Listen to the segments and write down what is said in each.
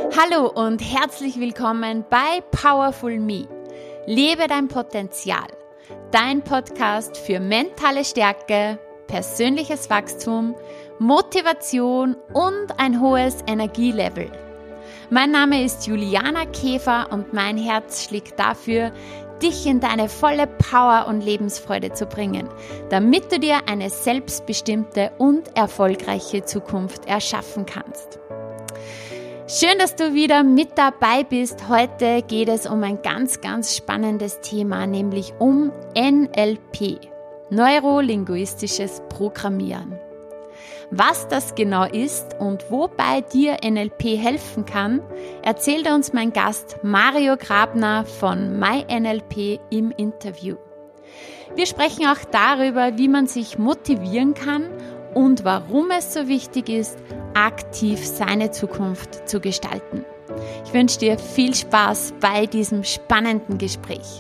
Hallo und herzlich willkommen bei Powerful Me. Lebe dein Potenzial. Dein Podcast für mentale Stärke, persönliches Wachstum, Motivation und ein hohes Energielevel. Mein Name ist Juliana Käfer und mein Herz schlägt dafür, dich in deine volle Power und Lebensfreude zu bringen, damit du dir eine selbstbestimmte und erfolgreiche Zukunft erschaffen kannst. Schön, dass du wieder mit dabei bist. Heute geht es um ein ganz spannendes Thema, nämlich um NLP, neurolinguistisches Programmieren. Was das genau ist und wobei dir NLP helfen kann, erzählt uns mein Gast Mario Grabner von MyNLP im Interview. Wir sprechen auch darüber, wie man sich motivieren kann und warum es so wichtig ist, aktiv seine Zukunft zu gestalten. Ich wünsche dir viel Spaß bei diesem spannenden Gespräch.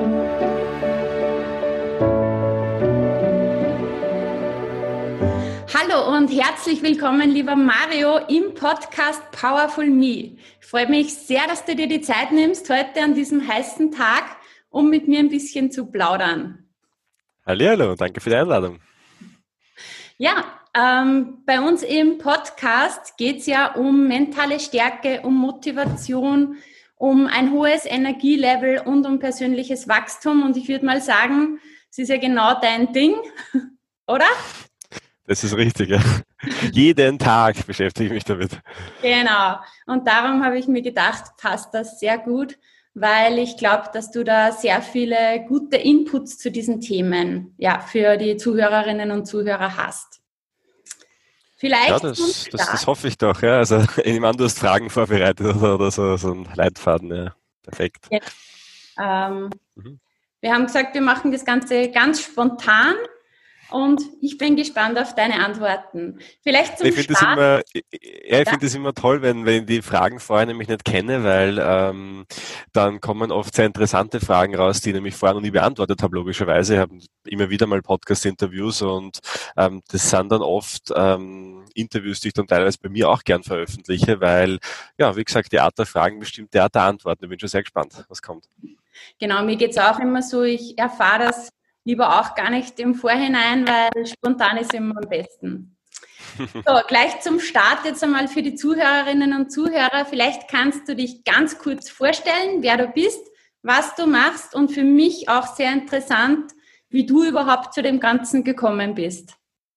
Hallo und herzlich willkommen, lieber Mario, im Podcast Powerful Me. Ich freue mich sehr, dass du dir die Zeit nimmst, heute an diesem heißen Tag, um mit mir ein bisschen zu plaudern. Hallihallo, danke für die Einladung. Ja, bei uns im Podcast geht es ja um mentale Stärke, um Motivation, um ein hohes Energielevel und um persönliches Wachstum. Und ich würde mal sagen, es ist ja genau dein Ding, oder? Das ist richtig, ja. Jeden Tag beschäftige ich mich damit. Genau. Und darum habe ich mir gedacht, passt das sehr gut, weil ich glaube, dass du da sehr viele gute Inputs zu diesen Themen für die Zuhörerinnen und Zuhörer hast. Vielleicht ja, das hoffe ich doch. Ja. Also ich nehme an, du hast Fragen vorbereitet oder so ein Leitfaden. Ja. Perfekt. Ja. Wir haben gesagt, wir machen das Ganze ganz spontan. Und ich bin gespannt auf deine Antworten. Vielleicht zum Start. Ich finde es immer toll, wenn ich die Fragen vorher nämlich nicht kenne, weil dann kommen oft sehr interessante Fragen raus, die ich nämlich vorher noch nie beantwortet habe, logischerweise. Ich habe immer wieder mal Podcast-Interviews und das sind dann oft Interviews, die ich dann teilweise bei mir auch gern veröffentliche, weil, ja, wie gesagt, die Art der Fragen bestimmt die Art der Antworten. Ich bin schon sehr gespannt, was kommt. Genau, mir geht es auch immer so, ich erfahre das lieber auch gar nicht im Vorhinein, weil spontan ist immer am besten. So, gleich zum Start jetzt einmal für die Zuhörerinnen und Zuhörer. Vielleicht kannst du dich ganz kurz vorstellen, wer du bist, was du machst und für mich auch sehr interessant, wie du überhaupt zu dem Ganzen gekommen bist.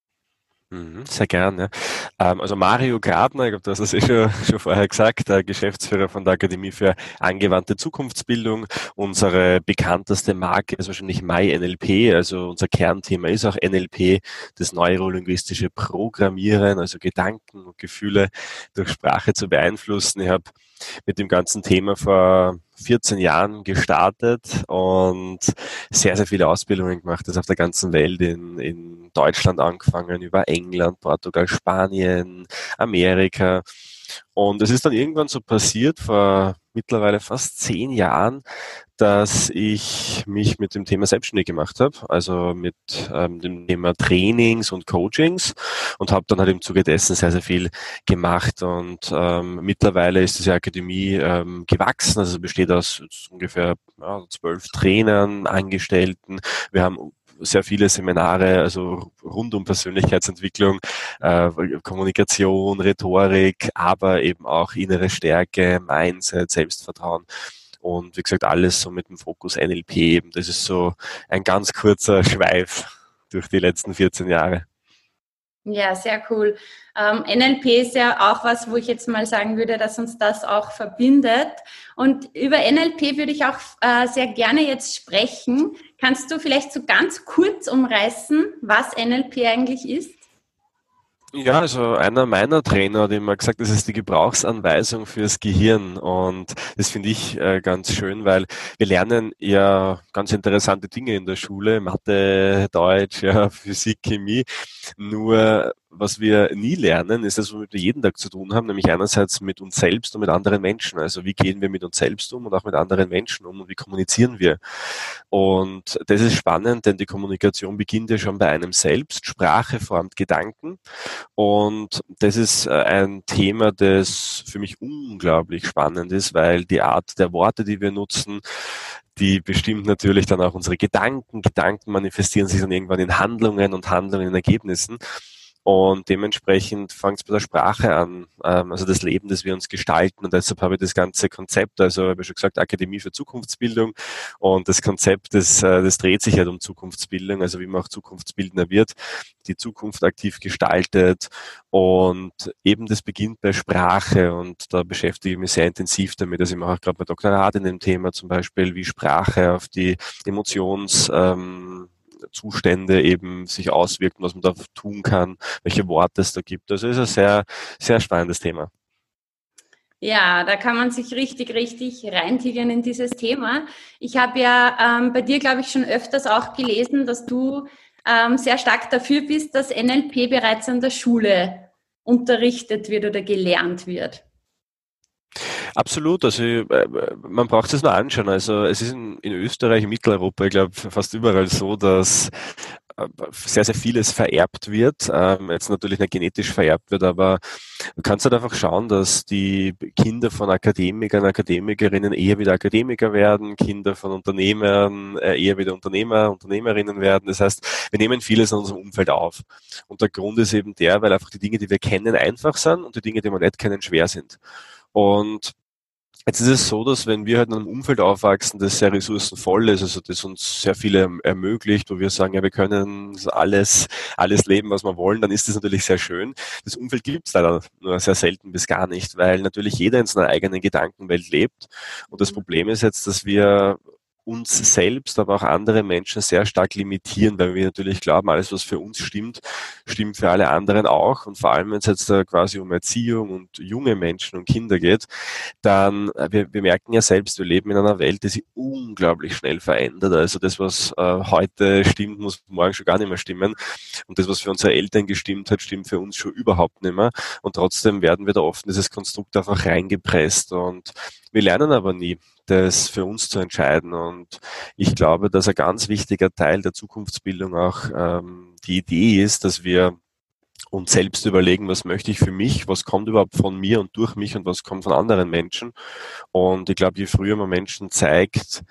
Sehr gerne. Also Mario Grabner, ich glaube, du hast es schon vorher gesagt, der Geschäftsführer von der Akademie für angewandte Zukunftsbildung. Unsere bekannteste Marke ist wahrscheinlich MyNLP, also unser Kernthema ist auch NLP, das neurolinguistische Programmieren, also Gedanken und Gefühle durch Sprache zu beeinflussen. Ich habe mit dem ganzen Thema vor 14 Jahren gestartet und sehr viele Ausbildungen gemacht, das auf der ganzen Welt, in Deutschland angefangen, über England, Portugal, Spanien, Amerika. Und es ist dann irgendwann so passiert, vor mittlerweile fast 10 Jahren, dass ich mich mit dem Thema selbstständig gemacht habe, also mit dem Thema Trainings und Coachings und habe dann halt im Zuge dessen sehr viel gemacht und mittlerweile ist diese Akademie gewachsen, also besteht aus ungefähr 12 Trainern, Angestellten. Wir haben sehr viele Seminare, also rund um Persönlichkeitsentwicklung, Kommunikation, Rhetorik, aber eben auch innere Stärke, Mindset, Selbstvertrauen. Und wie gesagt, alles so mit dem Fokus NLP. Das ist so ein ganz kurzer Schweif durch die letzten 14 Jahre. Ja, sehr cool. NLP ist ja auch was, wo ich jetzt mal sagen würde, dass uns das auch verbindet. Und über NLP würde ich auch sehr gerne jetzt sprechen. Kannst du vielleicht so ganz kurz umreißen, was NLP eigentlich ist? Ja, also einer meiner Trainer hat immer gesagt, das ist die Gebrauchsanweisung fürs Gehirn und das finde ich ganz schön, weil wir lernen ja ganz interessante Dinge in der Schule, Mathe, Deutsch, ja, Physik, Chemie, nur was wir nie lernen, ist das, womit wir jeden Tag zu tun haben, nämlich einerseits mit uns selbst und mit anderen Menschen. Also wie gehen wir mit uns selbst um und auch mit anderen Menschen um und wie kommunizieren wir? Und das ist spannend, denn die Kommunikation beginnt ja schon bei einem selbst. Sprache formt Gedanken. Und das ist ein Thema, das für mich unglaublich spannend ist, weil die Art der Worte, die wir nutzen, die bestimmt natürlich dann auch unsere Gedanken. Gedanken manifestieren sich dann irgendwann in Handlungen und Handlungen in Ergebnissen. Und dementsprechend fängt es bei der Sprache an, also das Leben, das wir uns gestalten. Und deshalb habe ich das ganze Konzept, also habe ich schon gesagt, Akademie für Zukunftsbildung. Und das Konzept, das dreht sich halt um Zukunftsbildung, also wie man auch Zukunftsbildner wird, die Zukunft aktiv gestaltet. Und eben das beginnt bei Sprache. Und da beschäftige ich mich sehr intensiv damit. Also ich mache auch gerade mein Doktorat in dem Thema, zum Beispiel, wie Sprache auf die Zustände eben sich auswirken, was man da tun kann, welche Worte es da gibt. Also es ist ein sehr, sehr spannendes Thema. Ja, da kann man sich richtig, richtig reintigern in dieses Thema. Ich habe ja bei dir, glaube ich, schon öfters auch gelesen, dass du sehr stark dafür bist, dass NLP bereits an der Schule unterrichtet wird oder gelernt wird. Absolut, also man braucht es nur anschauen. Also es ist in Österreich, in Mitteleuropa, ich glaube fast überall so, dass sehr, sehr vieles vererbt wird. Jetzt natürlich nicht genetisch vererbt wird, aber du kannst halt einfach schauen, dass die Kinder von Akademikern, Akademikerinnen eher wieder Akademiker werden, Kinder von Unternehmern eher wieder Unternehmer, Unternehmerinnen werden. Das heißt, wir nehmen vieles in unserem Umfeld auf. Und der Grund ist eben der, weil einfach die Dinge, die wir kennen, einfach sind und die Dinge, die wir nicht kennen, schwer sind. Und jetzt ist es so, dass wenn wir halt in einem Umfeld aufwachsen, das sehr ressourcenvoll ist, also das uns sehr viel ermöglicht, wo wir sagen, ja, wir können alles leben, was wir wollen, dann ist das natürlich sehr schön. Das Umfeld gibt es leider nur sehr selten bis gar nicht, weil natürlich jeder in seiner eigenen Gedankenwelt lebt. Und das Problem ist jetzt, dass wir uns selbst, aber auch andere Menschen sehr stark limitieren, weil wir natürlich glauben, alles, was für uns stimmt, stimmt für alle anderen auch. Und vor allem, wenn es jetzt da quasi um Erziehung und junge Menschen und Kinder geht, dann, wir merken ja selbst, wir leben in einer Welt, die sich unglaublich schnell verändert. Also das, was heute stimmt, muss morgen schon gar nicht mehr stimmen. Und das, was für unsere Eltern gestimmt hat, stimmt für uns schon überhaupt nicht mehr. Und trotzdem werden wir da oft in dieses Konstrukt einfach reingepresst. Und wir lernen aber nie, das für uns zu entscheiden. Und ich glaube, dass ein ganz wichtiger Teil der Zukunftsbildung auch die Idee ist, dass wir uns selbst überlegen, was möchte ich für mich, was kommt überhaupt von mir und durch mich und was kommt von anderen Menschen. Und ich glaube, je früher man Menschen zeigt,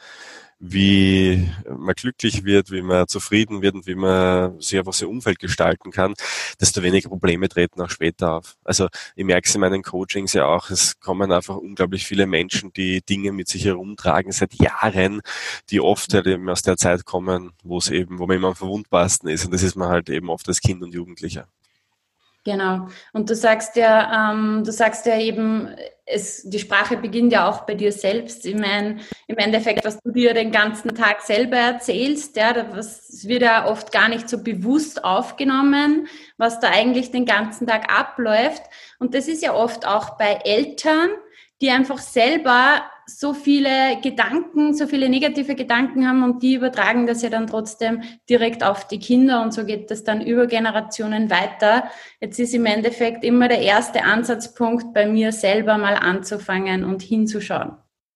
wie man glücklich wird, wie man zufrieden wird und wie man sich einfach sein Umfeld gestalten kann, desto weniger Probleme treten auch später auf. Also ich merke es in meinen Coachings ja auch, es kommen einfach unglaublich viele Menschen, die Dinge mit sich herumtragen seit Jahren, die oft halt eben aus der Zeit kommen, wo man immer am verwundbarsten ist. Und das ist man halt eben oft als Kind und Jugendlicher. Genau. Und du sagst ja eben, die Sprache beginnt ja auch bei dir selbst. Ich meine, im Endeffekt, was du dir den ganzen Tag selber erzählst, ja, das wird ja oft gar nicht so bewusst aufgenommen, was da eigentlich den ganzen Tag abläuft. Und das ist ja oft auch bei Eltern, die einfach selber so viele Gedanken, so viele negative Gedanken haben und die übertragen das ja dann trotzdem direkt auf die Kinder und so geht das dann über Generationen weiter. Jetzt ist im Endeffekt immer der erste Ansatzpunkt bei mir selber mal anzufangen und hinzuschauen.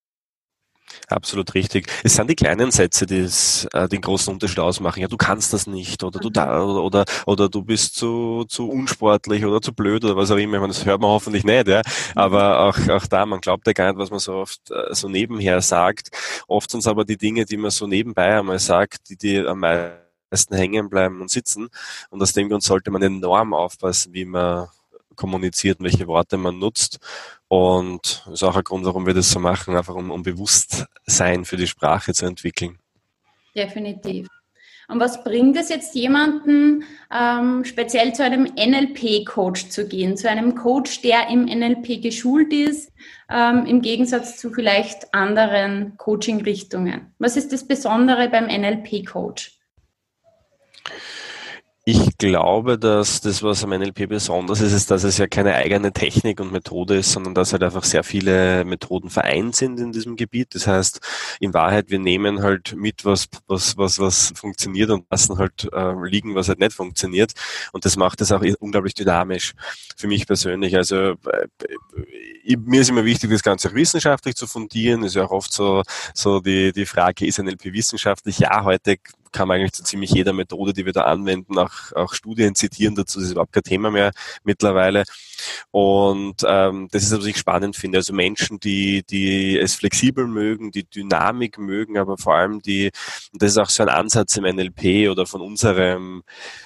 Absolut richtig. Es sind die kleinen Sätze, die den großen Unterschied ausmachen. Ja, du kannst das nicht oder oder du bist zu unsportlich oder zu blöd oder was auch immer. Ich meine, das hört man hoffentlich nicht, ja. Aber auch da, man glaubt ja gar nicht, was man so oft so nebenher sagt. Oft sind es aber die Dinge, die man so nebenbei einmal sagt, die am meisten hängen bleiben und sitzen. Und aus dem Grund sollte man enorm aufpassen, wie man kommuniziert, welche Worte man nutzt. Und das ist auch ein Grund, warum wir das so machen, einfach um Bewusstsein für die Sprache zu entwickeln. Definitiv. Und was bringt es jetzt jemanden, speziell zu einem NLP-Coach zu gehen, zu einem Coach, der im NLP geschult ist, im Gegensatz zu vielleicht anderen Coaching-Richtungen? Was ist das Besondere beim NLP-Coach? Ich glaube, dass das, was am NLP besonders ist, ist, dass es ja keine eigene Technik und Methode ist, sondern dass halt einfach sehr viele Methoden vereint sind in diesem Gebiet. Das heißt, in Wahrheit, wir nehmen halt mit, was funktioniert und lassen halt liegen, was halt nicht funktioniert. Und das macht es auch unglaublich dynamisch für mich persönlich. Also mir ist immer wichtig, das Ganze auch wissenschaftlich zu fundieren. Ist ja auch oft so die Frage, ist NLP wissenschaftlich? Ja, heute kann man eigentlich zu ziemlich jeder Methode, die wir da anwenden, auch Studien zitieren dazu. Das ist überhaupt kein Thema mehr mittlerweile. Und das ist, was ich spannend finde. Also Menschen, die es flexibel mögen, die Dynamik mögen, aber vor allem und das ist auch so ein Ansatz im NLP oder von unserem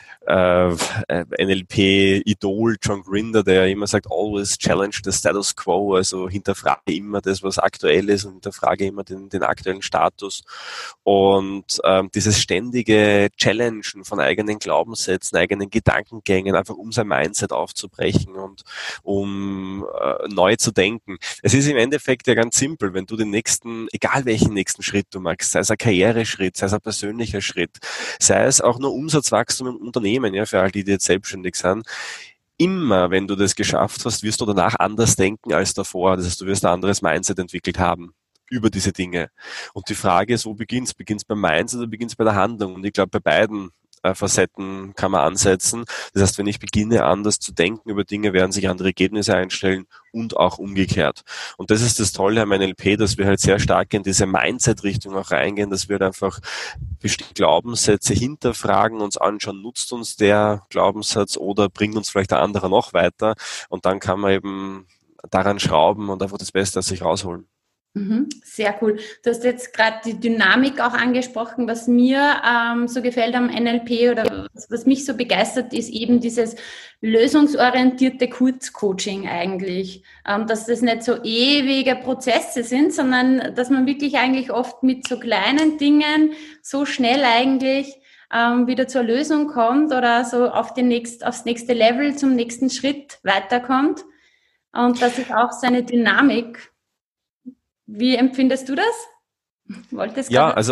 NLP-Idol John Grinder, der ja immer sagt, always challenge the status quo, also hinterfrage immer das, was aktuell ist und hinterfrage immer den aktuellen Status. Und dieses ständige Challengen von eigenen Glaubenssätzen, eigenen Gedankengängen, einfach um sein Mindset aufzubrechen und um neu zu denken. Es ist im Endeffekt ja ganz simpel, wenn du den nächsten, egal welchen nächsten Schritt du machst, sei es ein Karriereschritt, sei es ein persönlicher Schritt, sei es auch nur Umsatzwachstum im Unternehmen, ja, für all die jetzt selbstständig sind. Immer, wenn du das geschafft hast, wirst du danach anders denken als davor. Das heißt, du wirst ein anderes Mindset entwickelt haben über diese Dinge. Und die Frage ist, wo beginnst? Beginnst beim Mindset oder beginnst bei der Handlung? Und ich glaube, bei beiden Facetten kann man ansetzen. Das heißt, wenn ich beginne, anders zu denken über Dinge, werden sich andere Ergebnisse einstellen und auch umgekehrt. Und das ist das Tolle am NLP, dass wir halt sehr stark in diese Mindset-Richtung auch reingehen, dass wir halt einfach bestimmte Glaubenssätze hinterfragen, uns anschauen, nutzt uns der Glaubenssatz oder bringt uns vielleicht der andere noch weiter. Und dann kann man eben daran schrauben und einfach das Beste aus sich rausholen. Sehr cool. Du hast jetzt gerade die Dynamik auch angesprochen. Was mir so gefällt am NLP oder was mich so begeistert, ist eben dieses lösungsorientierte Kurzcoaching eigentlich. Dass das nicht so ewige Prozesse sind, sondern dass man wirklich eigentlich oft mit so kleinen Dingen so schnell eigentlich wieder zur Lösung kommt oder so aufs nächste Level, zum nächsten Schritt weiterkommt. Und das ist auch seine Dynamik. Wie empfindest du das? Wolltest Ja, gerade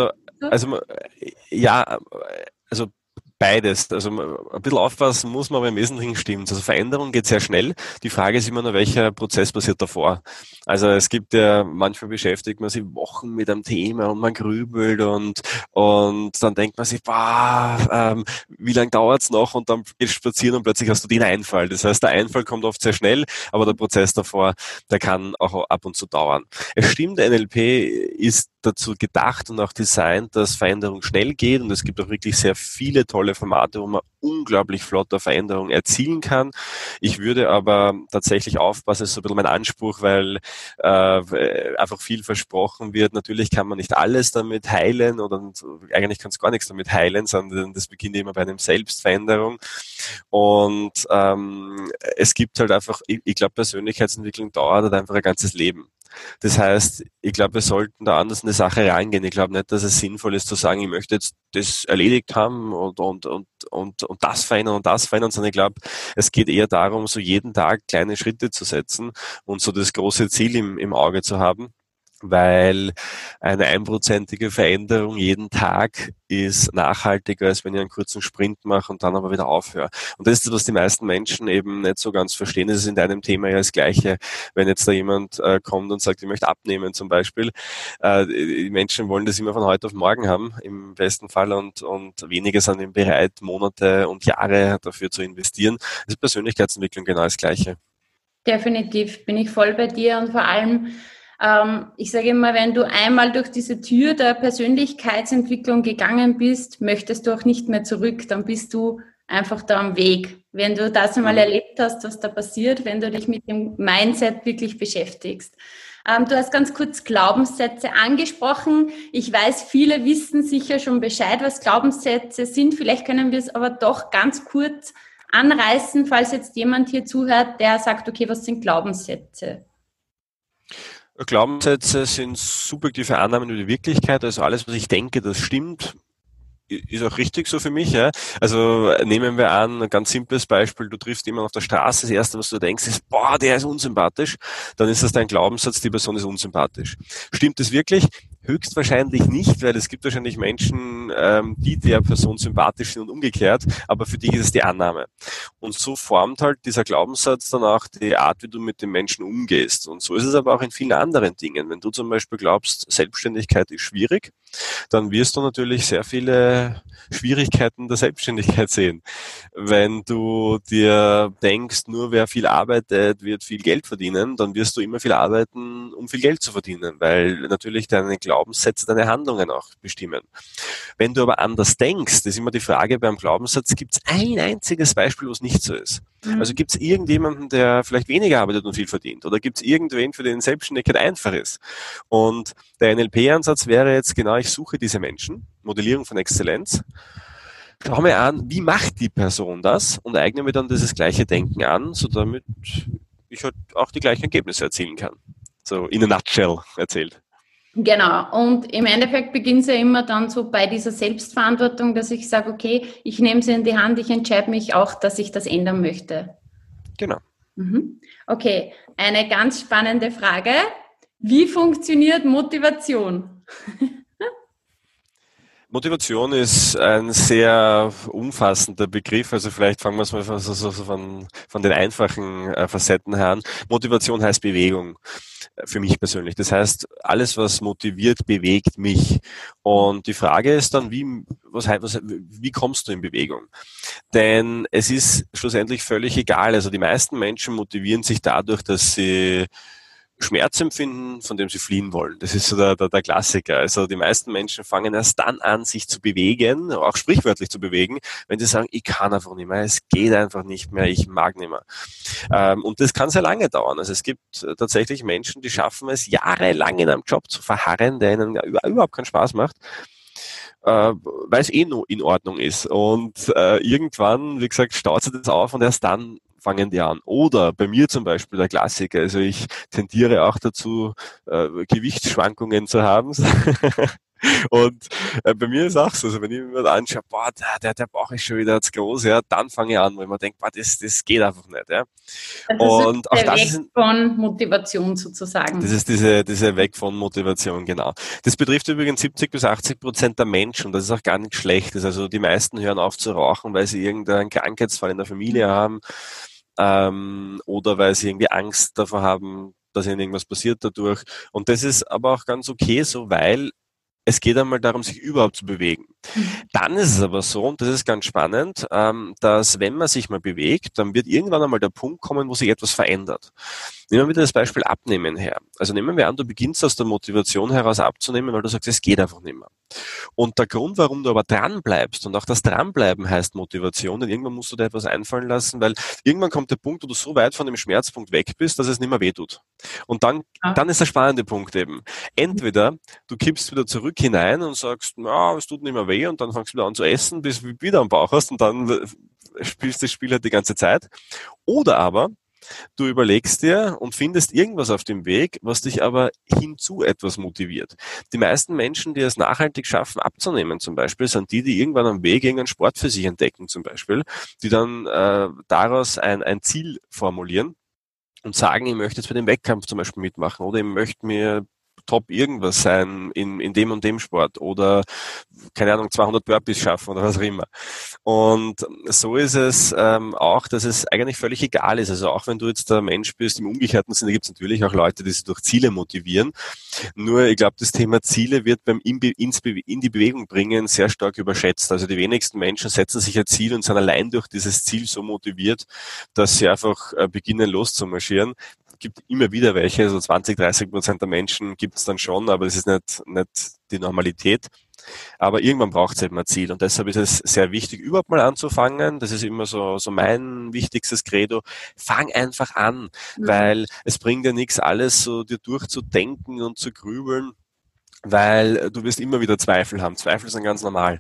ja, also beides. Also ein bisschen aufpassen muss man, aber im Wesentlichen stimmt. Also Veränderung geht sehr schnell. Die Frage ist immer nur, welcher Prozess passiert davor. Also es gibt ja, manchmal beschäftigt man sich Wochen mit einem Thema und man grübelt und dann denkt man sich, wie lange dauert's noch? Und dann gehst du spazieren und plötzlich hast du den Einfall. Das heißt, der Einfall kommt oft sehr schnell, aber der Prozess davor, der kann auch ab und zu dauern. Es stimmt, NLP ist dazu gedacht und auch designt, dass Veränderung schnell geht und es gibt auch wirklich sehr viele tolle Formate, wo man unglaublich flotter Veränderung erzielen kann. Ich würde aber tatsächlich aufpassen, das ist so ein bisschen mein Anspruch, weil einfach viel versprochen wird. Natürlich kann man nicht alles damit heilen oder eigentlich kann es gar nichts damit heilen, sondern das beginnt immer bei einem Selbstveränderung. Und es gibt halt einfach, ich glaube, Persönlichkeitsentwicklung dauert halt einfach ein ganzes Leben. Das heißt, ich glaube, wir sollten da anders in die Sache reingehen. Ich glaube nicht, dass es sinnvoll ist zu sagen, ich möchte jetzt das erledigt haben und das verändern, sondern ich glaube, es geht eher darum, so jeden Tag kleine Schritte zu setzen und so das große Ziel im Auge zu haben. Weil eine 1%ige Veränderung jeden Tag ist nachhaltiger, als wenn ich einen kurzen Sprint mache und dann aber wieder aufhöre. Und das ist, was die meisten Menschen eben nicht so ganz verstehen. Das ist in deinem Thema ja das Gleiche. Wenn jetzt da jemand kommt und sagt, ich möchte abnehmen zum Beispiel, die Menschen wollen das immer von heute auf morgen haben, im besten Fall, und wenige sind eben bereit, Monate und Jahre dafür zu investieren. Das ist Persönlichkeitsentwicklung genau das Gleiche. definitiv, bin ich voll bei dir und vor allem, ich sage immer, wenn du einmal durch diese Tür der Persönlichkeitsentwicklung gegangen bist, möchtest du auch nicht mehr zurück, dann bist du einfach da am Weg. Wenn du das einmal erlebt hast, was da passiert, wenn du dich mit dem Mindset wirklich beschäftigst. Du hast ganz kurz Glaubenssätze angesprochen. Ich weiß, viele wissen sicher schon Bescheid, was Glaubenssätze sind. Vielleicht können wir es aber doch ganz kurz anreißen, falls jetzt jemand hier zuhört, der sagt, okay, was sind Glaubenssätze? Glaubenssätze sind subjektive Annahmen über die Wirklichkeit, also alles, was ich denke, das stimmt, ist auch richtig so für mich. Ja. Also nehmen wir an, ein ganz simples Beispiel, du triffst jemanden auf der Straße, das Erste, was du denkst, ist, der ist unsympathisch, dann ist das dein Glaubenssatz, die Person ist unsympathisch. Stimmt es wirklich? Höchstwahrscheinlich nicht, weil es gibt wahrscheinlich Menschen, die der Person sympathisch sind und umgekehrt, aber für dich ist es die Annahme. Und so formt halt dieser Glaubenssatz dann auch die Art, wie du mit den Menschen umgehst. Und so ist es aber auch in vielen anderen Dingen. Wenn du zum Beispiel glaubst, Selbstständigkeit ist schwierig, dann wirst du natürlich sehr viele Schwierigkeiten der Selbstständigkeit sehen. Wenn du dir denkst, nur wer viel arbeitet, wird viel Geld verdienen, dann wirst du immer viel arbeiten, um viel Geld zu verdienen, weil natürlich deine Glaubenssätze deine Handlungen auch bestimmen. Wenn du aber anders denkst, das ist immer die Frage beim Glaubenssatz, gibt es ein einziges Beispiel, wo es nicht so ist? Also gibt es irgendjemanden, der vielleicht weniger arbeitet und viel verdient? Oder gibt es irgendwen, für den Selbstständigkeit einfach ist? Und der NLP-Ansatz wäre jetzt genau, ich suche diese Menschen, Modellierung von Exzellenz, schau mir an, wie macht die Person das und eigne mir dann dieses gleiche Denken an, so damit ich halt auch die gleichen Ergebnisse erzielen kann. So in a nutshell erzählt. Genau, und im Endeffekt beginnt es ja immer dann so bei dieser Selbstverantwortung, dass ich sage, okay, ich nehme sie in die Hand, ich entscheide mich auch, dass ich das ändern möchte. Genau. Okay, eine ganz spannende Frage. Wie funktioniert Motivation? Motivation ist ein sehr umfassender Begriff, also vielleicht fangen wir es mal von den einfachen Facetten her an. Motivation heißt Bewegung, für mich persönlich. Das heißt, alles, was motiviert, bewegt mich. Und die Frage ist dann, wie kommst du in Bewegung? Denn es ist schlussendlich völlig egal. Also die meisten Menschen motivieren sich dadurch, dass sie Schmerz empfinden, von dem sie fliehen wollen. Das ist so der Klassiker. Also die meisten Menschen fangen erst dann an, sich zu bewegen, auch sprichwörtlich zu bewegen, wenn sie sagen, ich kann einfach nicht mehr, es geht einfach nicht mehr, ich mag nicht mehr. Und das kann sehr lange dauern. Also es gibt tatsächlich Menschen, die schaffen es, jahrelang in einem Job zu verharren, der ihnen überhaupt keinen Spaß macht, weil es nur in Ordnung ist. Und irgendwann, wie gesagt, staut sich das auf und erst dann fangen die an. Oder bei mir zum Beispiel der Klassiker, also ich tendiere auch dazu, Gewichtsschwankungen zu haben. Und bei mir ist auch so, also wenn ich mir anschaue, boah, der Bauch ist schon wieder zu groß, ja, dann fange ich an, weil man denkt, boah, das geht einfach nicht. Ja. Und auch das ist von Motivation sozusagen. Das ist diese Weg von Motivation, genau. Das betrifft übrigens 70-80% der Menschen und das ist auch gar nicht schlecht. Also die meisten hören auf zu rauchen, weil sie irgendeinen Krankheitsfall in der Familie haben oder weil sie irgendwie Angst davor haben, dass ihnen irgendwas passiert dadurch. Und das ist aber auch ganz okay so, weil es geht einmal darum, sich überhaupt zu bewegen. Dann ist es aber so, und das ist ganz spannend, dass wenn man sich mal bewegt, dann wird irgendwann einmal der Punkt kommen, wo sich etwas verändert. Nehmen wir wieder das Beispiel Abnehmen her. Also nehmen wir an, du beginnst aus der Motivation heraus abzunehmen, weil du sagst, es geht einfach nicht mehr. Und der Grund, warum du aber dran bleibst, und auch das Dranbleiben heißt Motivation, denn irgendwann musst du dir etwas einfallen lassen, weil irgendwann kommt der Punkt, wo du so weit von dem Schmerzpunkt weg bist, dass es nicht mehr wehtut. Und dann ist der spannende Punkt eben. Entweder du kippst wieder zurück hinein und sagst, na, es tut nicht mehr weh, und dann fängst du wieder an zu essen, bis du wieder am Bauch hast, und dann spielst du das Spiel halt die ganze Zeit. Oder aber du überlegst dir und findest irgendwas auf dem Weg, was dich aber hinzu etwas motiviert. Die meisten Menschen, die es nachhaltig schaffen, abzunehmen zum Beispiel, sind die irgendwann am Weg irgendeinen Sport für sich entdecken zum Beispiel, die dann daraus ein Ziel formulieren und sagen, ich möchte jetzt bei dem Wettkampf zum Beispiel mitmachen oder ich möchte mir top irgendwas sein in dem und dem Sport oder, keine Ahnung, 200 Burpees schaffen oder was auch immer. Und so ist es auch, dass es eigentlich völlig egal ist. Also auch wenn du jetzt der Mensch bist, im umgekehrten Sinne gibt es natürlich auch Leute, die sich durch Ziele motivieren. Nur ich glaube, das Thema Ziele wird beim in die Bewegung bringen sehr stark überschätzt. Also die wenigsten Menschen setzen sich ein Ziel und sind allein durch dieses Ziel so motiviert, dass sie einfach beginnen loszumarschieren. Gibt immer wieder welche, so 20-30% der Menschen gibt es dann schon, aber es ist nicht die Normalität. Aber irgendwann braucht es eben ein Ziel und deshalb ist es sehr wichtig, überhaupt mal anzufangen. Das ist immer so mein wichtigstes Credo. Fang einfach an, weil es bringt ja nichts, alles so dir durchzudenken und zu grübeln, weil du wirst immer wieder Zweifel haben. Zweifel sind ganz normal.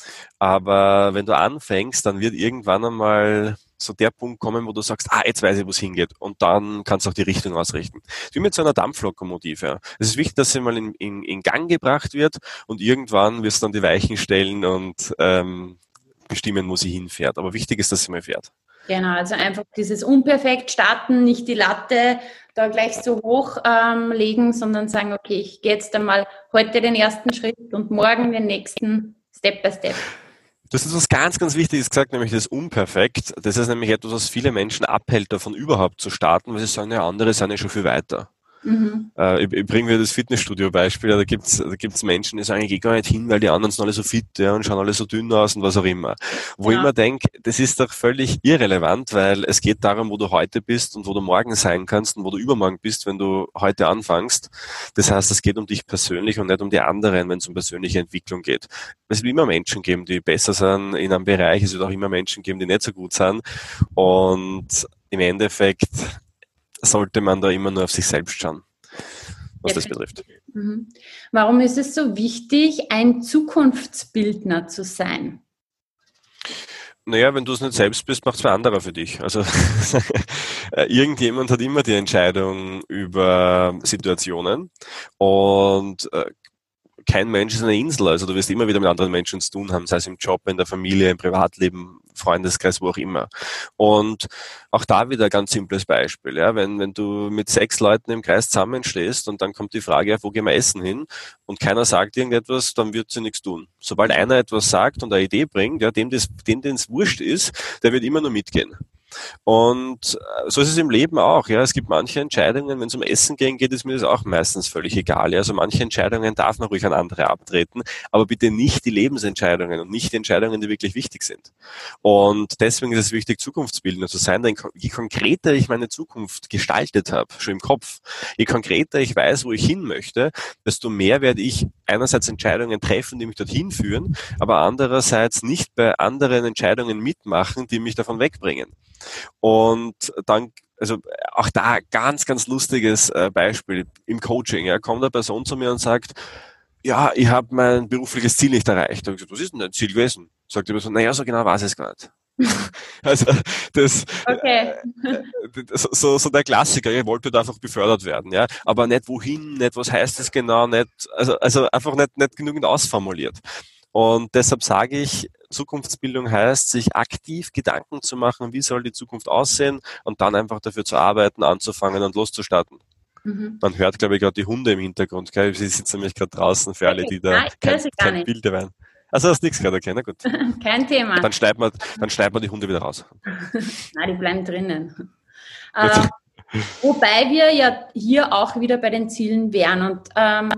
Aber wenn du anfängst, dann wird irgendwann einmal so der Punkt kommen, wo du sagst, jetzt weiß ich, wo es hingeht. Und dann kannst du auch die Richtung ausrichten. Wie mit so einer Dampflokomotive. Es ist wichtig, dass sie mal in Gang gebracht wird und irgendwann wirst du dann die Weichen stellen und bestimmen, wo sie hinfährt. Aber wichtig ist, dass sie mal fährt. Genau, also einfach dieses unperfekt starten, nicht die Latte da gleich so hoch legen, sondern sagen, okay, ich gehe jetzt einmal heute den ersten Schritt und morgen den nächsten, Step by Step. Du hast etwas ganz, ganz Wichtiges gesagt, nämlich das Unperfekt. Das ist nämlich etwas, was viele Menschen abhält, davon überhaupt zu starten, weil sie sagen, ja, andere sind ja schon viel weiter. Mhm. Ich bringe wieder das Fitnessstudio-Beispiel. Da gibt's Menschen, die sagen, ich gehe gar nicht hin, weil die anderen sind alle so fit, ja, und schauen alle so dünn aus und was auch immer. Wo ich immer denke, das ist doch völlig irrelevant, weil es geht darum, wo du heute bist und wo du morgen sein kannst und wo du übermorgen bist, wenn du heute anfängst. Das heißt, es geht um dich persönlich und nicht um die anderen, wenn es um persönliche Entwicklung geht. Es wird immer Menschen geben, die besser sind in einem Bereich. Es wird auch immer Menschen geben, die nicht so gut sind. Und im Endeffekt sollte man da immer nur auf sich selbst schauen, was das betrifft. Mhm. Warum ist es so wichtig, ein Zukunftsbildner zu sein? Naja, wenn du es nicht selbst bist, macht es wer anderer für dich. Also irgendjemand hat immer die Entscheidung über Situationen und kein Mensch ist eine Insel, also du wirst immer wieder mit anderen Menschen zu tun haben, sei es im Job, in der Familie, im Privatleben, Freundeskreis, wo auch immer. Und auch da wieder ein ganz simples Beispiel. Ja, wenn du mit 6 Leuten im Kreis zusammenstehst und dann kommt die Frage, ja, wo gehen wir essen hin? Und keiner sagt irgendetwas, dann wird sie nichts tun. Sobald einer etwas sagt und eine Idee bringt, ja, dem es wurscht ist, der wird immer nur mitgehen. Und so ist es im Leben auch. Ja, es gibt manche Entscheidungen, wenn es um Essen gehen geht, ist mir das auch meistens völlig egal. Ja, also manche Entscheidungen darf man ruhig an andere abtreten, aber bitte nicht die Lebensentscheidungen und nicht die Entscheidungen, die wirklich wichtig sind. Und deswegen ist es wichtig, Zukunftsbildner zu sein, denn je konkreter ich meine Zukunft gestaltet habe, schon im Kopf, je konkreter ich weiß, wo ich hin möchte, desto mehr werde ich einerseits Entscheidungen treffen, die mich dorthin führen, aber andererseits nicht bei anderen Entscheidungen mitmachen, die mich davon wegbringen. Und dann, also auch da ganz, ganz lustiges Beispiel im Coaching. Ja, kommt eine Person zu mir und sagt, ja, ich habe mein berufliches Ziel nicht erreicht. Da habe ich gesagt, was ist denn dein Ziel gewesen? Sagt die Person, naja, so genau weiß ich es gar nicht. Also das, Okay. so der Klassiker, ich wollte einfach befördert werden, ja, aber nicht wohin, nicht was heißt es genau, nicht, also einfach nicht genügend ausformuliert. Und deshalb sage ich, Zukunftsbildung heißt, sich aktiv Gedanken zu machen, wie soll die Zukunft aussehen und dann einfach dafür zu arbeiten, anzufangen und loszustarten. Mhm. Man hört, glaube ich, gerade die Hunde im Hintergrund, gell? Sie sitzen nämlich gerade draußen für alle, die da kein Bild dabei haben. Also hast nichts gerade, okay, na gut. Kein Thema. Dann schneiden wir die Hunde wieder raus. Nein, die bleiben drinnen. Wobei wir ja hier auch wieder bei den Zielen wären. Und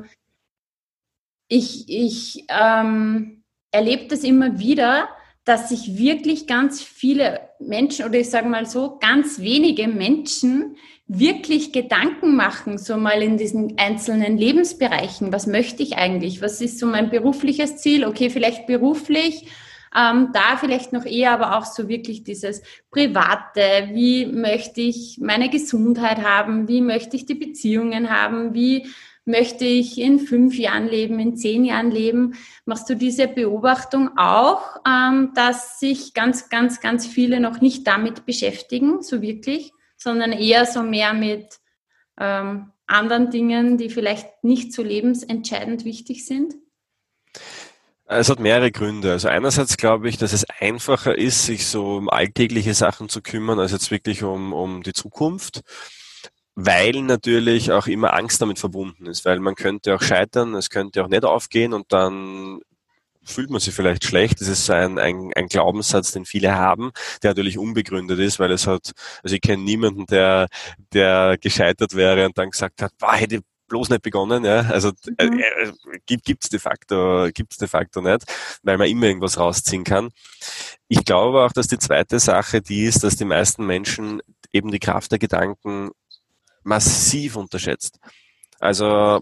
ich erlebe das immer wieder, dass sich wirklich ganz viele Menschen, oder ich sage mal so, ganz wenige Menschen wirklich Gedanken machen, so mal in diesen einzelnen Lebensbereichen. Was möchte ich eigentlich? Was ist so mein berufliches Ziel? Okay, vielleicht beruflich, da vielleicht noch eher, aber auch so wirklich dieses Private. Wie möchte ich meine Gesundheit haben? Wie möchte ich die Beziehungen haben? Wie möchte ich in 5 Jahren leben, in 10 Jahren leben? Machst du diese Beobachtung auch, dass sich ganz, ganz, ganz viele noch nicht damit beschäftigen, so wirklich, sondern eher so mehr mit anderen Dingen, die vielleicht nicht so lebensentscheidend wichtig sind? Es hat mehrere Gründe. Also einerseits glaube ich, dass es einfacher ist, sich so um alltägliche Sachen zu kümmern, als jetzt wirklich um die Zukunft. Weil natürlich auch immer Angst damit verbunden ist, weil man könnte auch scheitern, es könnte auch nicht aufgehen und dann fühlt man sich vielleicht schlecht. Das ist so ein Glaubenssatz, den viele haben, der natürlich unbegründet ist, weil also ich kenne niemanden, der gescheitert wäre und dann gesagt hat, boah, hätte ich bloß nicht begonnen, ja. Also gibt's de facto nicht, weil man immer irgendwas rausziehen kann. Ich glaube auch, dass die zweite Sache die ist, dass die meisten Menschen eben die Kraft der Gedanken massiv unterschätzt. Also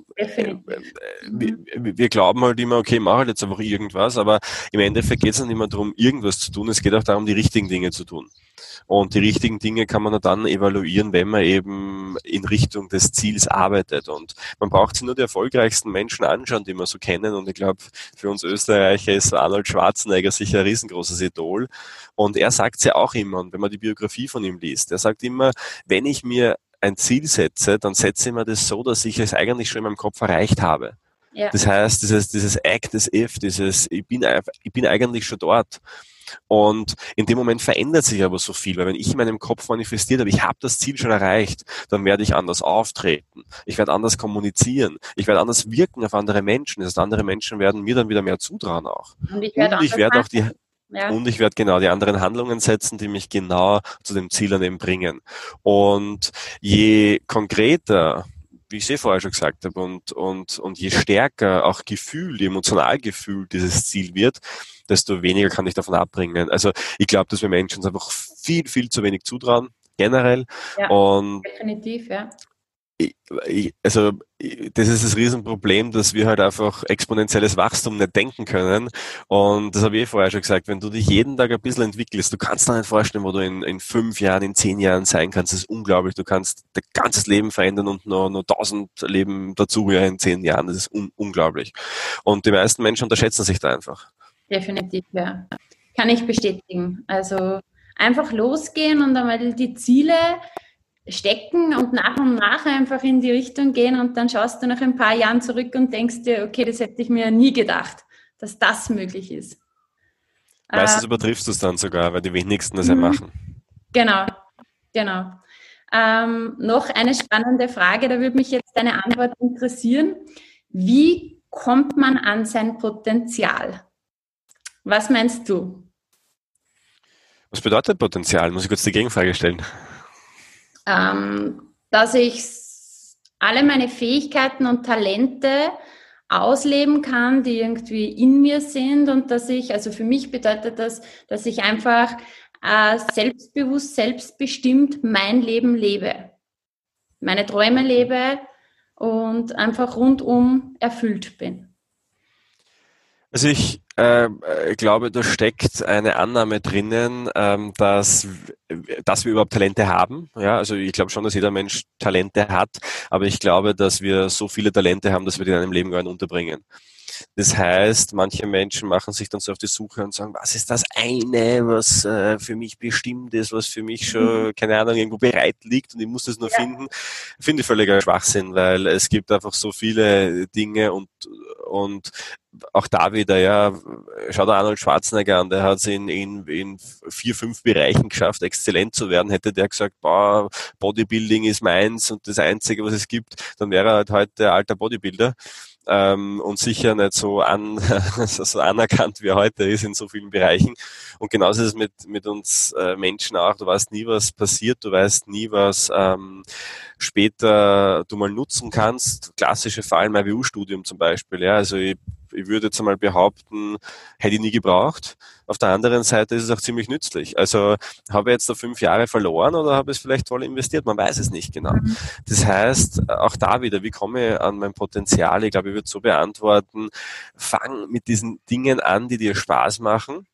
wir glauben halt immer, okay, mach halt jetzt einfach irgendwas, aber im Endeffekt geht es nicht immer darum, irgendwas zu tun, es geht auch darum, die richtigen Dinge zu tun. Und die richtigen Dinge kann man nur dann evaluieren, wenn man eben in Richtung des Ziels arbeitet. Und man braucht sich nur die erfolgreichsten Menschen anschauen, die wir so kennen. Und ich glaube, für uns Österreicher ist Arnold Schwarzenegger sicher ein riesengroßes Idol. Und er sagt es ja auch immer, und wenn man die Biografie von ihm liest, er sagt immer, wenn ich mir ein Ziel setze, dann setze ich mir das so, dass ich es eigentlich schon in meinem Kopf erreicht habe. Ja. Das heißt, dieses Act as if, ich bin eigentlich schon dort. Und in dem Moment verändert sich aber so viel, weil wenn ich in meinem Kopf manifestiert habe, ich habe das Ziel schon erreicht, dann werde ich anders auftreten, ich werde anders kommunizieren, ich werde anders wirken auf andere Menschen. Das heißt, andere Menschen werden mir dann wieder mehr zutrauen auch. Und ich werde Und ich anders werde auch handeln. Ja. und ich werde genau die anderen Handlungen setzen, die mich genau zu dem Ziel dann eben bringen. Und je konkreter, wie ich es vorher schon gesagt habe, und je stärker auch Gefühl, Emotionalgefühl dieses Ziel wird, desto weniger kann ich davon abbringen. Also ich glaube, dass wir Menschen uns einfach viel, viel zu wenig zutrauen, generell. Ja, Und definitiv, ja. das ist das Riesenproblem, dass wir halt einfach exponentielles Wachstum nicht denken können. Und das habe ich vorher schon gesagt, wenn du dich jeden Tag ein bisschen entwickelst, du kannst dir nicht vorstellen, wo du in 5 Jahren, in 10 Jahren sein kannst. Das ist unglaublich. Du kannst dein ganzes Leben verändern und noch 1000 Leben dazu ja, in 10 Jahren. Das ist unglaublich. Und die meisten Menschen unterschätzen sich da einfach. Definitiv, ja. Kann ich bestätigen. Also einfach losgehen und einmal die Ziele stecken und nach einfach in die Richtung gehen und dann schaust du nach ein paar Jahren zurück und denkst dir, okay, das hätte ich mir nie gedacht, dass das möglich ist. Meistens übertriffst du es dann sogar, weil die wenigsten das ja machen. Genau, genau. Noch eine spannende Frage, da würde mich jetzt deine Antwort interessieren. Wie kommt man an sein Potenzial? Was meinst du? Was bedeutet Potenzial? Muss ich kurz die Gegenfrage stellen. Dass ich alle meine Fähigkeiten und Talente ausleben kann, die irgendwie in mir sind und dass ich, also für mich bedeutet das, dass ich einfach selbstbewusst, selbstbestimmt mein Leben lebe, meine Träume lebe und einfach rundum erfüllt bin. Also ich glaube, da steckt eine Annahme drinnen, dass wir überhaupt Talente haben. Ja, also ich glaube schon, dass jeder Mensch Talente hat, aber ich glaube, dass wir so viele Talente haben, dass wir die in einem Leben gar nicht unterbringen. Das heißt, manche Menschen machen sich dann so auf die Suche und sagen, was ist das eine, was für mich bestimmt ist, was für mich schon, keine Ahnung, irgendwo bereit liegt und ich muss das nur finden. Finde ich völliger Schwachsinn, weil es gibt einfach so viele Dinge und auch da wieder, ja, schau dir Arnold Schwarzenegger an, der hat es in 4, 5 Bereichen geschafft, exzellent zu werden. Hätte der gesagt, boah, Bodybuilding ist meins und das Einzige, was es gibt, dann wäre er halt heute alter Bodybuilder. Und sicher nicht so anerkannt, wie er heute ist in so vielen Bereichen. Und genauso ist es mit uns Menschen auch. Du weißt nie, was passiert, du weißt nie, was später du mal nutzen kannst. Klassische Fall im IWU-Studium zum Beispiel. Ja, also ich würde jetzt einmal behaupten, hätte ich nie gebraucht. Auf der anderen Seite ist es auch ziemlich nützlich. Also habe ich jetzt da 5 Jahre verloren oder habe ich es vielleicht voll investiert? Man weiß es nicht genau. Das heißt, auch da wieder, wie komme ich an mein Potenzial? Ich glaube, ich würde so beantworten, fang mit diesen Dingen an, die dir Spaß machen.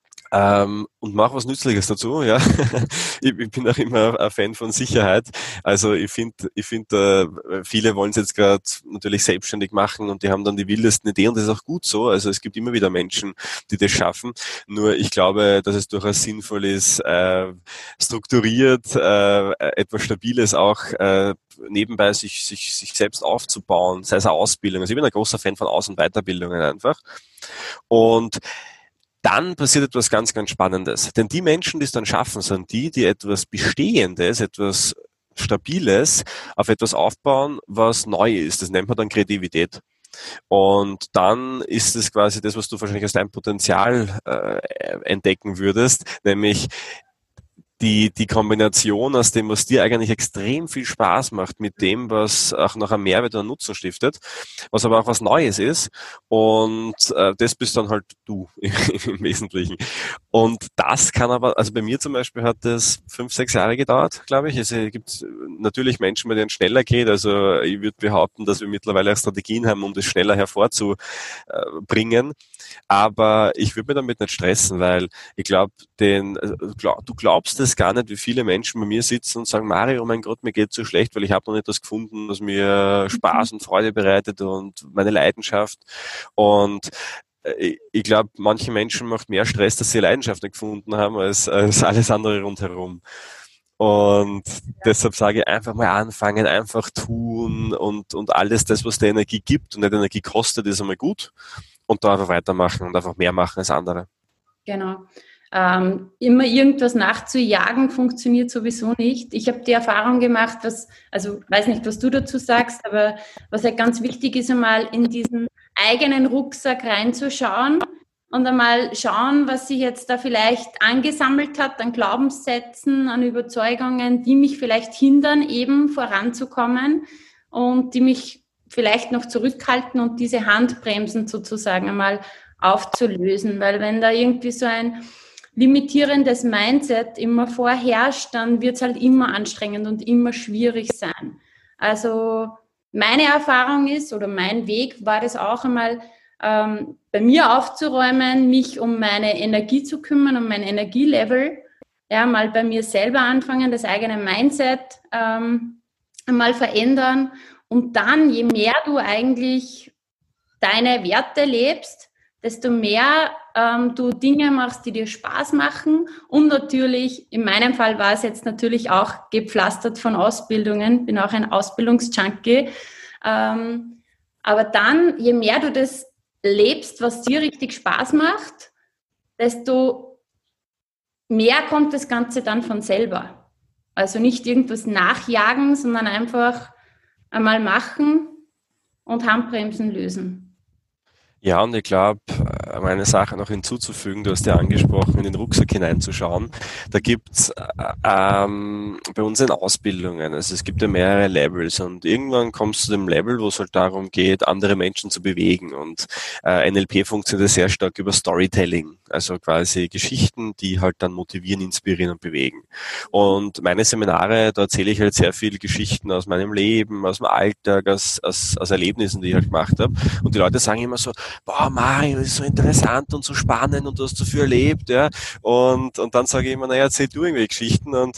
Und mach was Nützliches dazu, ja. Ich bin auch immer ein Fan von Sicherheit. Also ich finde, viele wollen es jetzt gerade natürlich selbstständig machen und die haben dann die wildesten Ideen und das ist auch gut so. Also es gibt immer wieder Menschen, die das schaffen. Nur ich glaube, dass es durchaus sinnvoll ist, strukturiert, etwas Stabiles auch nebenbei sich selbst aufzubauen, sei es eine Ausbildung. Also ich bin ein großer Fan von Aus- und Weiterbildungen einfach. Und dann passiert etwas ganz, ganz Spannendes. Denn die Menschen, die es dann schaffen, sind die etwas Bestehendes, etwas Stabiles auf etwas aufbauen, was neu ist. Das nennt man dann Kreativität. Und dann ist es quasi das, was du wahrscheinlich als dein Potenzial entdecken würdest, nämlich die Kombination aus dem, was dir eigentlich extrem viel Spaß macht, mit dem, was auch noch einen Mehrwert oder Nutzen stiftet, was aber auch was Neues ist. Und das bist dann halt du im Wesentlichen. Und das kann aber, also bei mir zum Beispiel hat das 5, 6 Jahre gedauert, glaube ich. Es gibt natürlich Menschen, bei denen es schneller geht. Also ich würde behaupten, dass wir mittlerweile auch Strategien haben, um das schneller hervorzubringen. Aber ich würde mich damit nicht stressen, weil ich glaube, du glaubst es gar nicht, wie viele Menschen bei mir sitzen und sagen, Mario, oh mein Gott, mir geht's so schlecht, weil ich habe noch nicht das gefunden, was mir Spaß und Freude bereitet und meine Leidenschaft. Und ich glaube, manche Menschen macht mehr Stress, dass sie ihre Leidenschaft nicht gefunden haben, als alles andere rundherum. Und deshalb sage ich, einfach mal anfangen, einfach tun und alles das, was dir Energie gibt und nicht Energie kostet, ist einmal gut. Und da einfach weitermachen und einfach mehr machen als andere. Genau. Immer irgendwas nachzujagen funktioniert sowieso nicht. Ich habe die Erfahrung gemacht, weiß nicht, was du dazu sagst, aber was halt ganz wichtig ist, einmal in diesen eigenen Rucksack reinzuschauen und einmal schauen, was sich jetzt da vielleicht angesammelt hat an Glaubenssätzen, an Überzeugungen, die mich vielleicht hindern, eben voranzukommen und die mich vielleicht noch zurückhalten und diese Handbremsen sozusagen einmal aufzulösen. Weil wenn da irgendwie so ein limitierendes Mindset immer vorherrscht, dann wird es halt immer anstrengend und immer schwierig sein. Also meine Erfahrung ist, oder mein Weg war das auch einmal, bei mir aufzuräumen, mich um meine Energie zu kümmern, um mein Energielevel, ja, mal bei mir selber anfangen, das eigene Mindset mal verändern und dann, je mehr du eigentlich deine Werte lebst, desto mehr du Dinge machst, die dir Spaß machen und natürlich, in meinem Fall war es jetzt natürlich auch gepflastert von Ausbildungen, bin auch ein Ausbildungsjunkie, aber dann, je mehr du das lebst, was dir richtig Spaß macht, desto mehr kommt das Ganze dann von selber. Also nicht irgendwas nachjagen, sondern einfach einmal machen und Handbremsen lösen. Ja, und ich glaube, eine Sache noch hinzuzufügen, du hast ja angesprochen, in den Rucksack hineinzuschauen. Da gibt's bei uns in Ausbildungen, also es gibt ja mehrere Levels und irgendwann kommst du zu dem Level, wo es halt darum geht, andere Menschen zu bewegen und NLP funktioniert sehr stark über Storytelling, also quasi Geschichten, die halt dann motivieren, inspirieren und bewegen. Und meine Seminare, da erzähle ich halt sehr viele Geschichten aus meinem Leben, aus dem Alltag, aus Erlebnissen, die ich halt gemacht habe. Und die Leute sagen immer so, boah, Mario, das ist so interessant und so spannend und du hast so viel erlebt, ja. Und dann sage ich immer, naja, erzähl du irgendwelche Geschichten und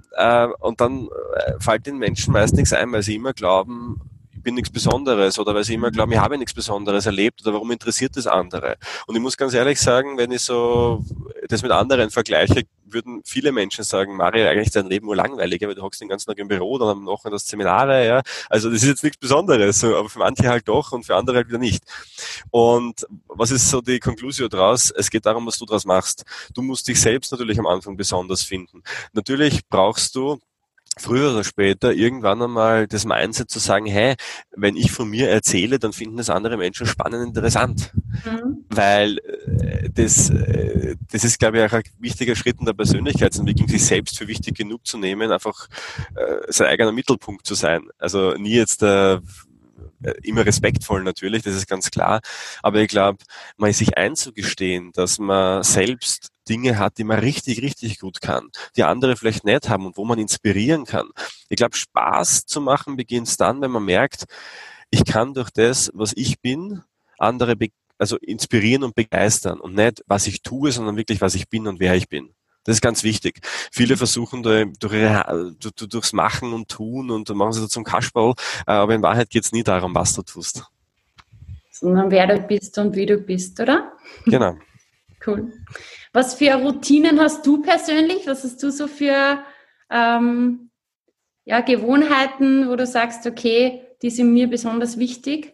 dann fällt den Menschen meist nichts ein, weil sie immer glauben, ich bin nichts Besonderes oder weil sie immer glauben, ich habe nichts Besonderes erlebt oder warum interessiert das andere? Und ich muss ganz ehrlich sagen, wenn ich so das mit anderen vergleiche, würden viele Menschen sagen, Mario, eigentlich ist dein Leben nur langweilig, weil du hockst den ganzen Tag im Büro, dann am Wochenende das Seminare, ja. Also das ist jetzt nichts Besonderes, aber für manche halt doch und für andere halt wieder nicht. Und was ist so die Conclusio draus? Es geht darum, was du draus machst. Du musst dich selbst natürlich am Anfang besonders finden. Natürlich brauchst du früher oder später irgendwann einmal das Mindset zu sagen, hey, wenn ich von mir erzähle, dann finden das andere Menschen spannend und interessant. Mhm. Weil das ist, glaube ich, auch ein wichtiger Schritt in der Persönlichkeitsentwicklung, sich selbst für wichtig genug zu nehmen, einfach sein eigener Mittelpunkt zu sein. Also nie jetzt immer respektvoll natürlich, das ist ganz klar. Aber ich glaube, mal sich einzugestehen, dass man selbst Dinge hat, die man richtig, richtig gut kann, die andere vielleicht nicht haben und wo man inspirieren kann. Ich glaube, Spaß zu machen beginnt dann, wenn man merkt, ich kann durch das, was ich bin, andere inspirieren und begeistern und nicht, was ich tue, sondern wirklich, was ich bin und wer ich bin. Das ist ganz wichtig. Viele versuchen da durchs Machen und Tun und dann machen sie da zum Kasperl, aber in Wahrheit geht es nie darum, was du tust. Sondern wer du bist und wie du bist, oder? Genau. Cool. Was für Routinen hast du persönlich? Was hast du so für Gewohnheiten, wo du sagst, okay, die sind mir besonders wichtig?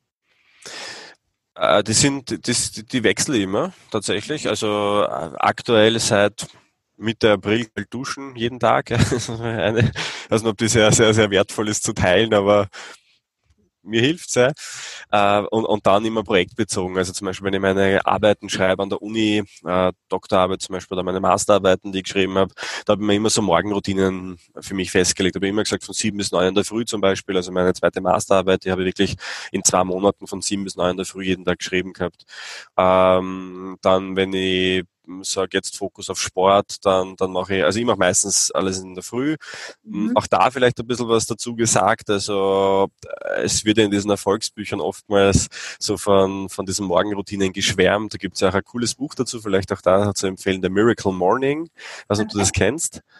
Die wechseln immer, tatsächlich. Also aktuell seit Mitte April duschen jeden Tag. Also ob das sehr, sehr, sehr wertvoll ist zu teilen, aber mir hilft's ja. Und dann immer projektbezogen. Also zum Beispiel, wenn ich meine Arbeiten schreibe an der Uni, Doktorarbeit zum Beispiel oder meine Masterarbeiten, die ich geschrieben habe, da habe ich mir immer so Morgenroutinen für mich festgelegt. Da habe ich immer gesagt, von 7 bis 9 in der Früh zum Beispiel, also meine zweite Masterarbeit, die habe ich wirklich in 2 Monaten von 7 bis 9 in der Früh jeden Tag geschrieben gehabt. Dann, wenn ich sage jetzt Fokus auf Sport, dann mache ich mache meistens alles in der Früh. Auch da vielleicht ein bisschen was dazu gesagt, also es wird ja in diesen Erfolgsbüchern oftmals so von diesen Morgenroutinen geschwärmt, da gibt es ja auch ein cooles Buch dazu, vielleicht auch da zu empfehlen, The Miracle Morning, also ob du das kennst.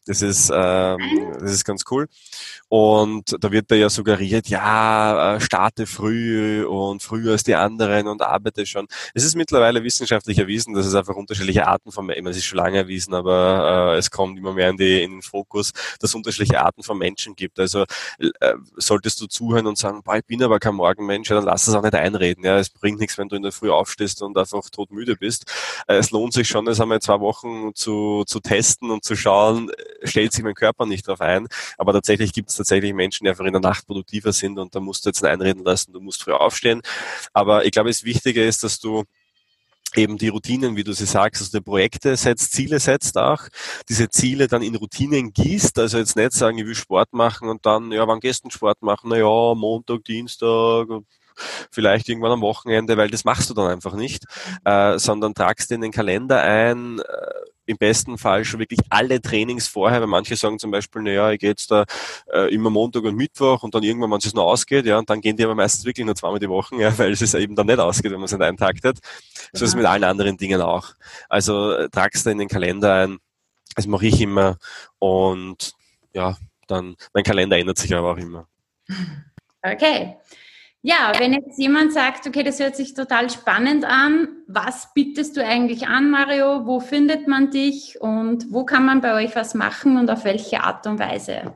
Das ist ganz cool. Und da wird da ja suggeriert, ja, starte früh und früher als die anderen und arbeite schon. Es ist mittlerweile wissenschaftlich erwiesen, dass es einfach unterschiedliche Arten von Menschen, es ist schon lange erwiesen, aber es kommt immer mehr in den Fokus, dass es unterschiedliche Arten von Menschen gibt. Also solltest du zuhören und sagen, boah, ich bin aber kein Morgenmensch, ja, dann lass es auch nicht einreden. Ja, es bringt nichts, wenn du in der Früh aufstehst und einfach todmüde bist. Es lohnt sich schon, das einmal 2 Wochen zu testen und zu schauen, stellt sich mein Körper nicht darauf ein. Aber tatsächlich gibt es tatsächlich Menschen, die einfach in der Nacht produktiver sind und da musst du jetzt nicht einreden lassen, du musst früher aufstehen. Aber ich glaube, das Wichtige ist, dass du eben die Routinen, wie du sie sagst, also die Projekte setzt, Ziele setzt auch, diese Ziele dann in Routinen gießt, also jetzt nicht sagen, ich will Sport machen und dann, ja, wann gehst du Sport machen? Na ja, Montag, Dienstag, vielleicht irgendwann am Wochenende, weil das machst du dann einfach nicht, sondern tragst in den Kalender ein, im besten Fall schon wirklich alle Trainings vorher, weil manche sagen zum Beispiel, naja, ich gehe jetzt da immer Montag und Mittwoch und dann irgendwann, wenn es noch ausgeht, ja, und dann gehen die aber meistens wirklich nur 2-mal die Woche, ja, weil es eben dann nicht ausgeht, wenn man es nicht eintaktet. So ist es mit allen anderen Dingen auch. Also tragst du in den Kalender ein, das mache ich immer und ja, dann, mein Kalender ändert sich aber auch immer. Okay. Ja, wenn jetzt jemand sagt, okay, das hört sich total spannend an, was bietest du eigentlich an, Mario? Wo findet man dich und wo kann man bei euch was machen und auf welche Art und Weise?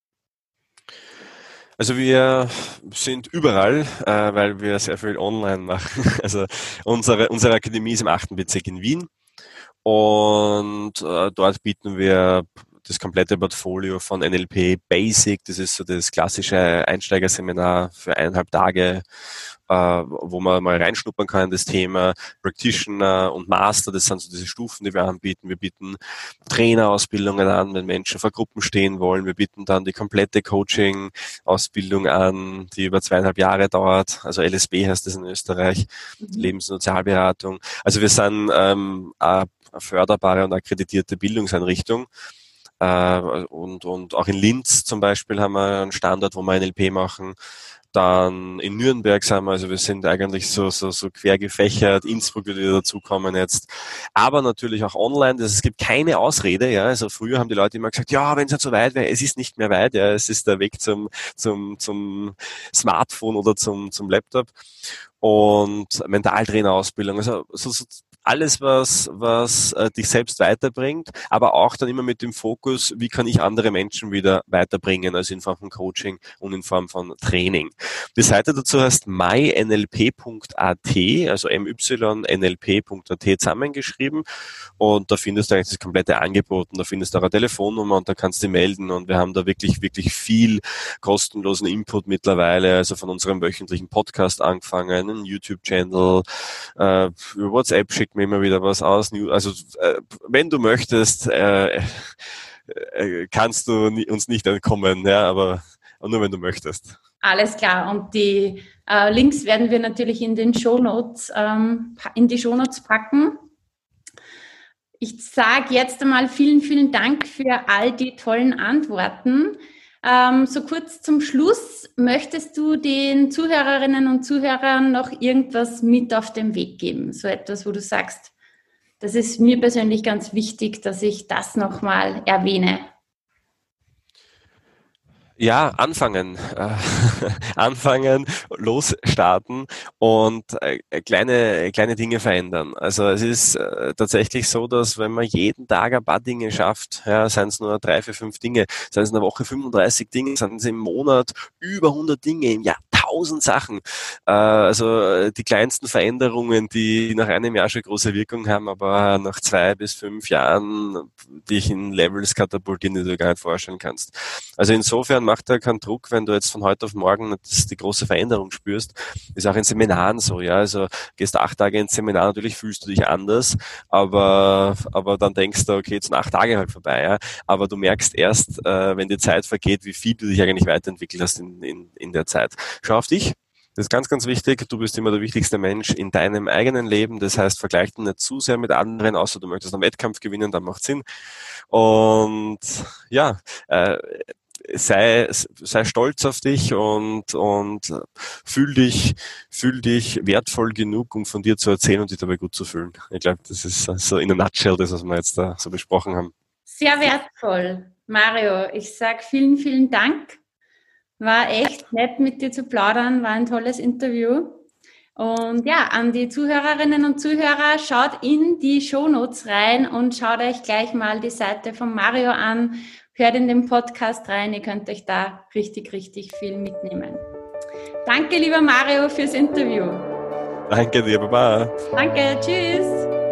Also wir sind überall, weil wir sehr viel online machen. Also unsere Akademie ist im 8. Bezirk in Wien und dort bieten wir das komplette Portfolio von NLP Basic. Das ist so das klassische Einsteigerseminar für 1,5 Tage, wo man mal reinschnuppern kann in das Thema. Practitioner und Master, das sind so diese Stufen, die wir anbieten. Wir bieten Trainerausbildungen an, wenn Menschen vor Gruppen stehen wollen. Wir bieten dann die komplette Coaching-Ausbildung an, die über 2,5 Jahre dauert. Also LSB heißt das in Österreich, Lebens- und Sozialberatung. Also wir sind eine förderbare und akkreditierte Bildungseinrichtung. Und auch in Linz zum Beispiel haben wir einen Standort, wo wir NLP machen. Dann in Nürnberg sind wir, also wir sind eigentlich so quer gefächert. Innsbruck wird wieder dazukommen jetzt. Aber natürlich auch online. Es gibt keine Ausrede, ja. Also früher haben die Leute immer gesagt, ja, wenn es nicht so weit wäre, es ist nicht mehr weit, ja. Es ist der Weg zum Smartphone oder zum Laptop. Und Mentaltrainerausbildung, also so alles, was dich selbst weiterbringt, aber auch dann immer mit dem Fokus, wie kann ich andere Menschen wieder weiterbringen, also in Form von Coaching und in Form von Training. Die Seite dazu heißt mynlp.at, also mynlp.at zusammengeschrieben, und da findest du eigentlich das komplette Angebot und da findest du auch eine Telefonnummer und da kannst du dich melden, und wir haben da wirklich, wirklich viel kostenlosen Input mittlerweile, also von unserem wöchentlichen Podcast angefangen, einen YouTube-Channel, über WhatsApp schickt mir immer wieder was aus. Also wenn du möchtest, kannst du uns nicht entkommen, ja, aber nur wenn du möchtest. Alles klar. Und die Links werden wir natürlich in den Shownotes, in die Shownotes packen. Ich sage jetzt einmal vielen, vielen Dank für all die tollen Antworten. So kurz zum Schluss, möchtest du den Zuhörerinnen und Zuhörern noch irgendwas mit auf den Weg geben? So etwas, wo du sagst, das ist mir persönlich ganz wichtig, dass ich das nochmal erwähne. Ja, anfangen, losstarten und kleine Dinge verändern. Also es ist tatsächlich so, dass wenn man jeden Tag ein paar Dinge schafft, ja, seien es nur 3, 4, 5 Dinge, seien es in der Woche 35 Dinge, seien es im Monat über 100 Dinge, im Jahr 1000 Sachen. Also die kleinsten Veränderungen, die nach einem Jahr schon große Wirkung haben, aber nach 2 bis 5 Jahren dich in Levels katapultieren, die du gar nicht vorstellen kannst. Also insofern macht da keinen Druck, wenn du jetzt von heute auf morgen die große Veränderung spürst. Ist auch in Seminaren so, ja. Also gehst 8 Tage ins Seminar, natürlich fühlst du dich anders, aber dann denkst du, okay, jetzt sind 8 Tage halt vorbei, ja. Aber du merkst erst, wenn die Zeit vergeht, wie viel du dich eigentlich weiterentwickelt hast in der Zeit. Schau auf dich. Das ist ganz, ganz wichtig. Du bist immer der wichtigste Mensch in deinem eigenen Leben. Das heißt, vergleich dich nicht zu sehr mit anderen, außer du möchtest einen Wettkampf gewinnen, dann macht Sinn. Und ja, sei stolz auf dich und fühl dich wertvoll genug, um von dir zu erzählen und dich dabei gut zu fühlen. Ich glaube, das ist so in a nutshell das, was wir jetzt da so besprochen haben. Sehr wertvoll. Mario, ich sage vielen, vielen Dank. War echt nett, mit dir zu plaudern, war ein tolles Interview. Und ja, an die Zuhörerinnen und Zuhörer, schaut in die Shownotes rein und schaut euch gleich mal die Seite von Mario an. Hört in den Podcast rein, ihr könnt euch da richtig, richtig viel mitnehmen. Danke, lieber Mario, fürs Interview. Danke dir, Baba. Danke, tschüss.